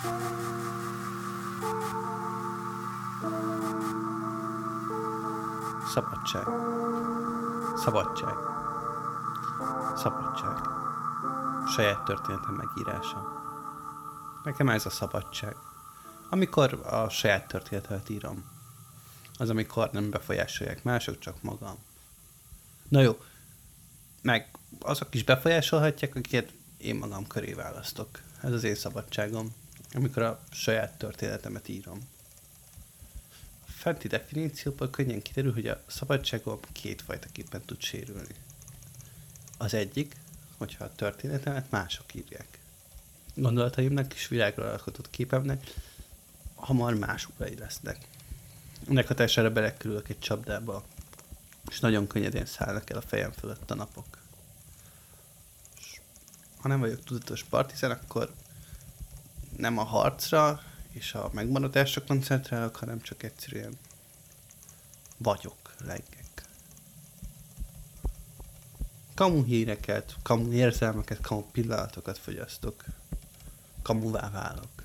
Szabadság. Szabadság. Szabadság. Saját történetem megírása. Nekem ez a szabadság. Amikor a saját történetet írom. Az, amikor nem befolyásolják mások, csak magam. Na jó. Meg azok is befolyásolhatják, akiket én magam köré választok. Ez az én szabadságom. Amikor a saját történetemet írom. A fenti definícióból könnyen kiderül, hogy a szabadságom kétfajtaképpen tud sérülni. Az egyik, hogyha a történetemet mások írják. Gondolataimnak és világról alkotott képemnek hamar más urai lesznek. Ennek hatására belekerülök egy csapdába, és nagyon könnyedén szállnak el a fejem fölött a napok. És ha nem vagyok tudatos partizán, akkor nem a harcra és a megmaradásra koncentrálok, hanem csak egyszerűen vagyok, leggek. Kamu híreket, kamu érzelmeket, kamu pillanatokat fogyasztok. Kamuvá válok.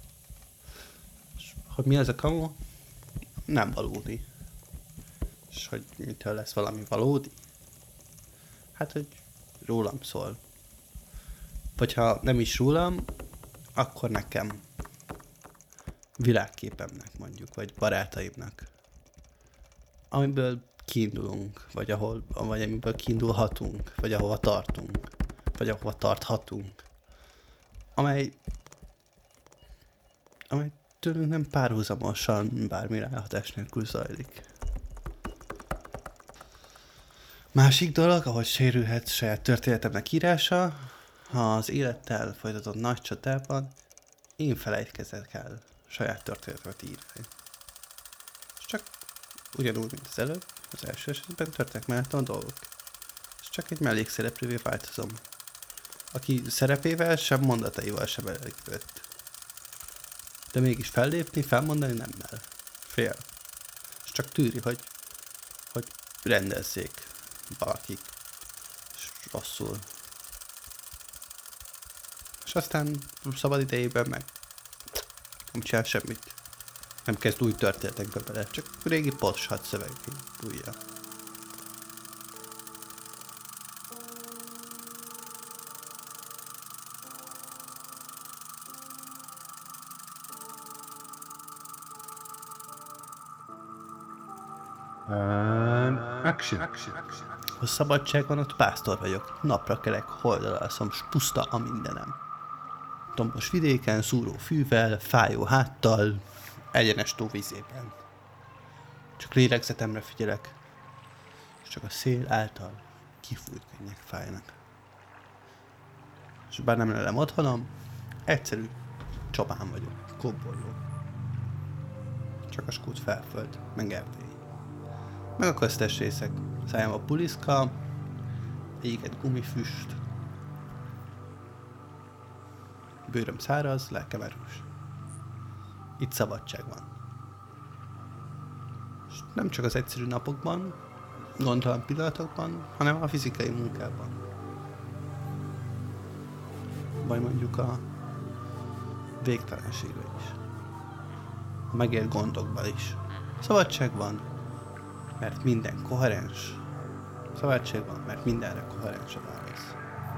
És hogy mi az a kamu? Nem valódi. És hogy mitől lesz valami valódi? Hát, hogy rólam szól. Vagy ha nem is rólam, akkor nekem. Világképemnek mondjuk, vagy barátaimnak. Amiből kiindulunk, vagy amiből kiindulhatunk, vagy ahova tartunk, vagy ahova tarthatunk. Amely tőlünk nem párhuzamosan bármi ráhatás nélkül zajlik. Másik dolog, ahogy sérülhet saját történetemnek írása, ha az élettel folytatott nagy csatában én felejtkezek el saját történetet írni. És csak ugyanúgy, mint az előbb, az első esetben történnek mellettem a dolgok. És csak egy mellékszereplővé változom, aki szerepével, sem mondataival sem elégedett. De mégis fellépni, felmondani nemmel. Fél. És csak tűri, hogy rendezzék valakik. És rosszul. És aztán szabad idejében meg nem csinál semmit. Nem kezd új történetekbe bele, csak régi potshat szöveg újja. Action. Ha szabadság van, ott pásztor vagyok. Napra kelek, holdal alszom, s puszta a mindenem. Tombos vidéken, szúró fűvel, fájó háttal, egyenes tó vízében. Csak lélegzetemre figyelek, és csak a szél által kifújt könnyek fájnak. És bár nem lelem otthonom, egyszerű csobán vagyok, kóborló. Csak a skút felföld, meg erdély. Meg a köztes részek, szájam a puliszka, éget gumifüst, bőröm száraz, lelkem erős. Itt szabadság van. És nem csak az egyszerű napokban, gondtalan pillanatokban, hanem a fizikai munkában. Vagy mondjuk a végtelenségben is. A megélt gondokban is. Szabadság van, mert minden koherens. Szabadság van, mert mindenre koherens a válasz.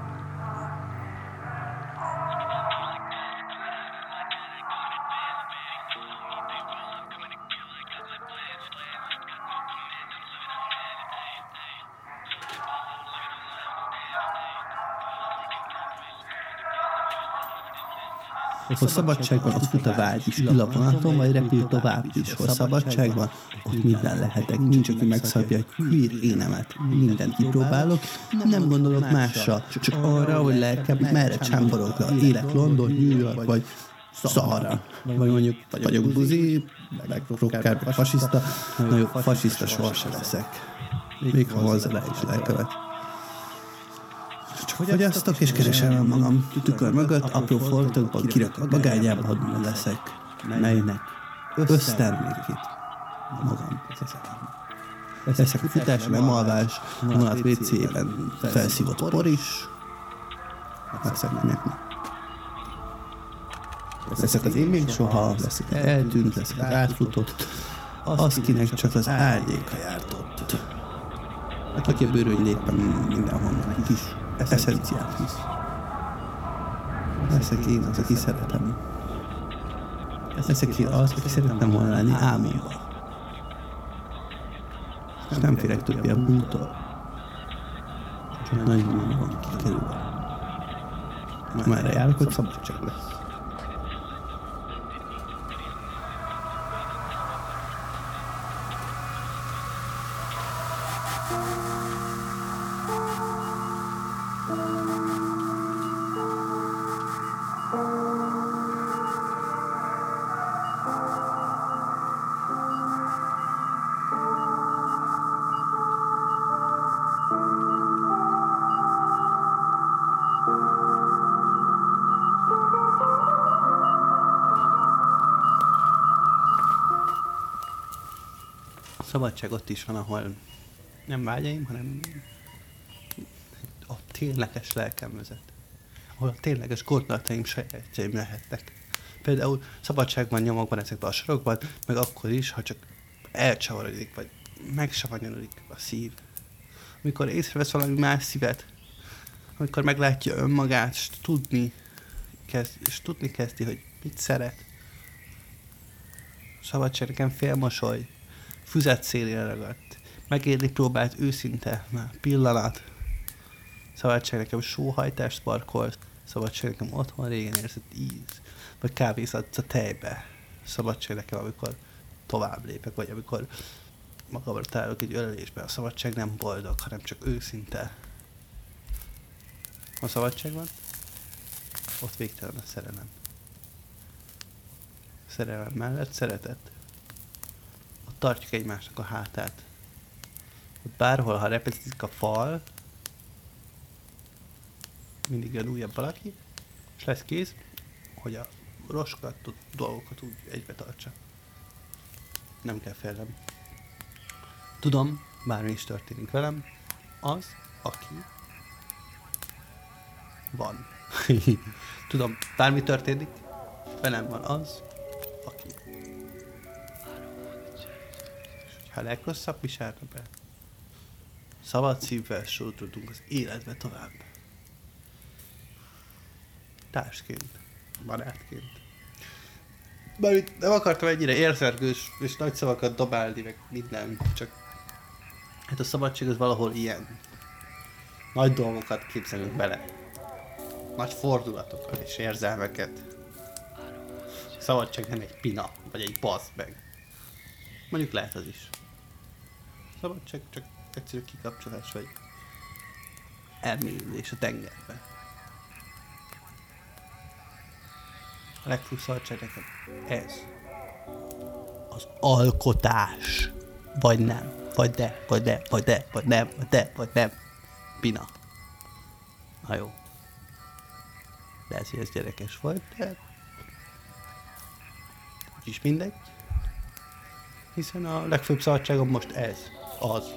Hol szabadság van, ott fut a vágy is, ül a vonaton, vagy repül tovább is. Hol szabadság van, ott minden lehetek. Nincs, aki megszabja egy hülyét énemet. Mindent kipróbálok, nem gondolok másra, csak arra, hogy lelkem merre csámborogva. Élek London, New York, vagy Szahara. Vagy mondjuk vagyok buzi, meg rocker, vagy fasiszta. Na jó, fasiszta soha se leszek. Még ha hozzá is lelkemet. Csak fogyasztok és keresem magam tükör mögött, apró foltokban kirakok bagányában leszek, melynek össztermékét magam leszek futás, nem alvás, vonat WC-ben felszívott por is, leszek mindenki. Leszek az én még soha, leszek eltűnt, leszek átfutott, az, kinek csak az árnyéka járt ott. Aki a bőröny lépen mindenhonnan egy kis eszenciát visz. Leszek én az, aki szeretem. Leszek én az, aki szeretem volna lenni álmomba. És nem félek többé a bútól. Csak nagyon van kikerülve. Amerre járok, ott szabadság lesz. Szabadság ott is van, ahol nem vágyaim, hanem a tényleges lelkem vezet. Ahol a tényleges gondolataim sajátjaim lehetnek. Például szabadságban, nyomokban, ezekben a sorokban, meg akkor is, ha csak elcsavarodik, vagy megsavanyolodik a szív. Amikor észrevesz valami más szívet, amikor meglátja önmagát, és tudni kezdi, hogy mit szeret. Szabadság nekem félmosoly, füzet szélére ragadt, megérni próbált őszinte pillanat. Szabadság nekem sóhajtást parkolt, szabadság nekem otthon régen érzett íz, vagy kávézat a tejbe. Szabadság nekem, amikor tovább lépek, vagy amikor magamra találok egy ölelésbe. A szabadság nem boldog, hanem csak őszinte. A szabadság van, ott végtelen a szerelem. A szerelem mellett szeretet. Ott tartjuk egymásnak a hátát. Ott bárhol, ha repedzik a fal, mindig jön újabb valaki, és lesz kéz, hogy a roskadt dolgokat úgy egybe tartsa. Nem kell félnem. Tudom, bármi is történik velem, az, aki van. Tudom, bármi történik, velem van az, aki. És ha a legrosszabb is járna be, szabad szívvel sodródunk az életbe tovább. Társként, barátként. Bár itt nem akartam ennyire érzelgős és nagy szavakat dobálni, meg minden, csak hát a szabadság az valahol ilyen. Nagy dolgokat képzelünk bele. Nagy fordulatokat és érzelmeket. A szabadság nem egy pina, vagy egy bassz meg. Mondjuk lehet az is. A szabadság csak egyszerű kikapcsolás, vagy elmélyülés a tengerbe. A legfőbb szabadság nekem ez. Az alkotás. Vagy nem. Vagy de, vagy de, vagy de, vagy nem, vagy de, vagy nem. Pina. Na jó. Lehet, hogy ez gyerekes volt, de úgyis mindegy. Hiszen a legfőbb szabadságom most ez. Az.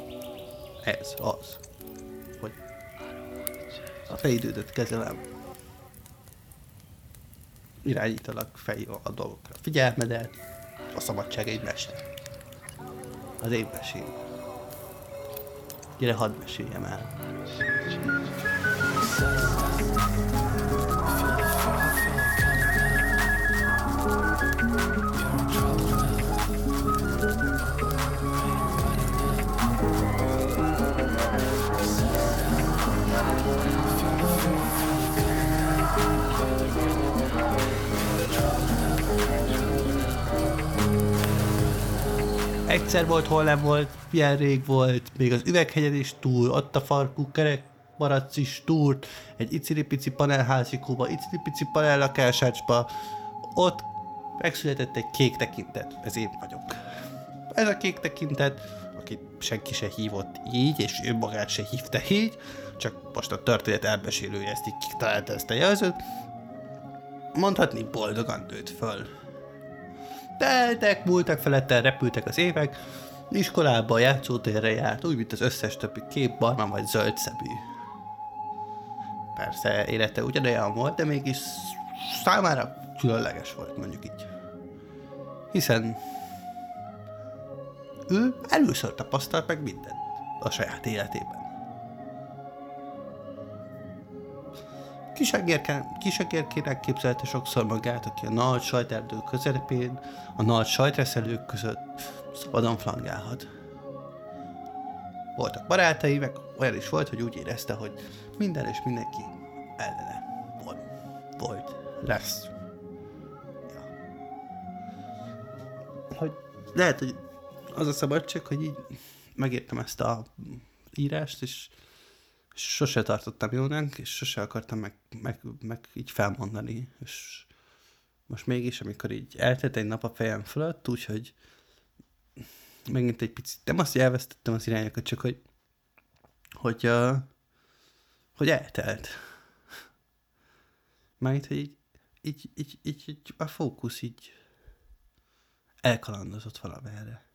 Hogy a fejidődet kezelem. Irányítalak fejjel a dolgokra. Figyelmedet, a szabadság egy mester. Az én mesém. Gyere, hadd meséljem el. Egyszer volt, hol nem volt, milyen rég volt, még az Üveghegyen is túl, ott a farkú kerek barac is túlt, egy iciripici panelházikóba, iciripici panellakásácsba, ott megszületett egy kék tekintet, ez én vagyok. Ez a kék tekintet, akit senki se hívott így, és ő magát se hívta így, csak most a történet elmesélője ezt így kitalálta ezt a jelzőt, mondhatni boldogan nőtt föl. Teltek, múltak felette, repültek az évek, iskolába, játszótérre járt, úgy, mint az összes többi kék, barna vagy zöld szemű. Persze, élete ugyanolyan volt, de mégis számára különleges volt, mondjuk így. Hiszen ő először tapasztalt meg mindent a saját életében. Kisegérkének képzelte sokszor magát, aki a nagy sajterdő közepén, a nagy sajtreszelők között szabadon flangálhat. Voltak barátai, meg olyan is volt, hogy úgy érezte, hogy minden és mindenki ellene volt, lesz. Ja. Hogy lehet, hogy az a szabadság, hogy így megértem ezt a írást, és sose tartottam jónak, és sose akartam meg így felmondani, és most mégis, amikor így eltelt egy nap a fejem fölött, úgyhogy megint egy picit, nem azt, hogy elvesztettem az irányokat, csak hogy eltelt. Mármint, hogy így a fókusz így elkalandozott valamerre.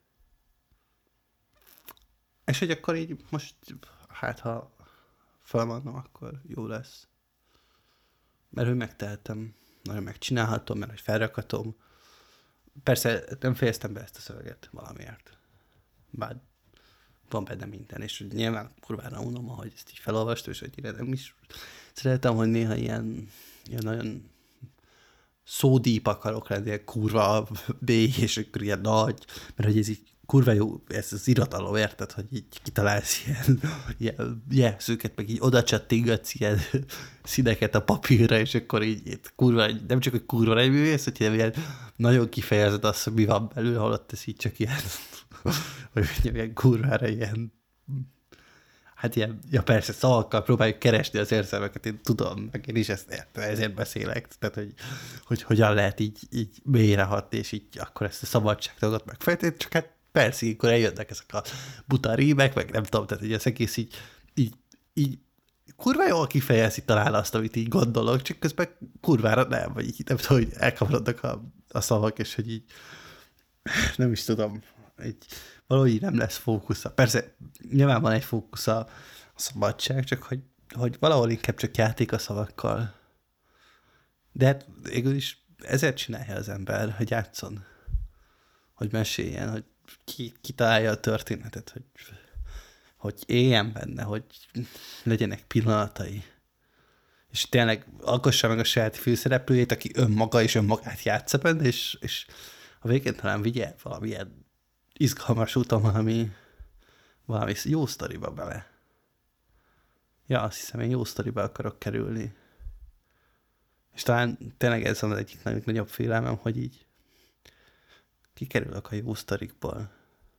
És hogy akkor így most, hát ha felmondom, akkor jó lesz. Mert hogy megtehetem, nagyon megcsinálhatom, mert hogy felrakatom. Persze nem fejeztem be ezt a szöveget valamiért. Bár van benne minden, és nyilván kurvára unom, ahogy ezt így felolvastam, és hogy nem is szeretem, hogy néha ilyen nagyon szódíp akarok lenni, ilyen kurva bély, és akkor ilyen nagy, mert hogy ez így kurva jó, ez az irodalom, érted, hogy így kitalálsz ilyen jelszőket, meg így oda csattingatsz ilyen színeket a papírra, és akkor így kurva, nem csak, hogy kurva nem művész, hogy ilyen nagyon kifejezed azt, hogy mi van belül, holott ez így csak ilyen, hogy mondjam, ilyen kurvára ilyen, hát ilyen, ja persze, szavakkal próbáljuk keresni az érzelmeket, én tudom, meg én is ezt értem, ezért beszélek, tehát, hogy hogyan lehet így mélyrehatni, és így akkor ezt a szabadságtagot megfejteni, csak hát persze, akkor eljönnek ezek a buta rímek, meg nem tudom, tehát hogy az egész így kurva jól kifejezi talán azt, amit így gondolok, csak közben kurvára nem, vagy így nem tudom, hogy elkavarodnak a szavak, és hogy így nem is tudom, így valahogy nem lesz fókusza. Persze, nyilván van egy fókusza a szabadság, csak hogy valahol inkább csak játék a szavakkal. De hát végül is ezért csinálja az ember, hogy játszon, hogy meséljen, hogy kitalálja a történetet, hogy éljen benne, hogy legyenek pillanatai. És tényleg alkossa meg a saját főszereplőjét, aki önmaga és önmagát játsza benne, és a végén talán vigye valamilyen izgalmas úton valami jó sztoriba bele. Ja, azt hiszem, én jó sztoriba akarok kerülni. És talán tényleg ez az egyik nagyobb félelmem, hogy így kikerülök a jó sztorikból.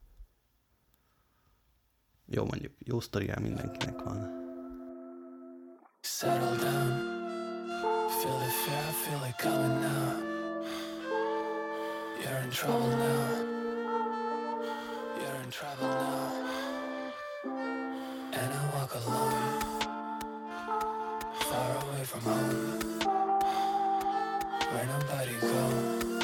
Jó, mondjuk, jó sztoria mindenkinek van. Settle down. Feel the fear, feel it coming now. You're in trouble now. You're in trouble now. And I walk alone, far away from home, where nobody goes.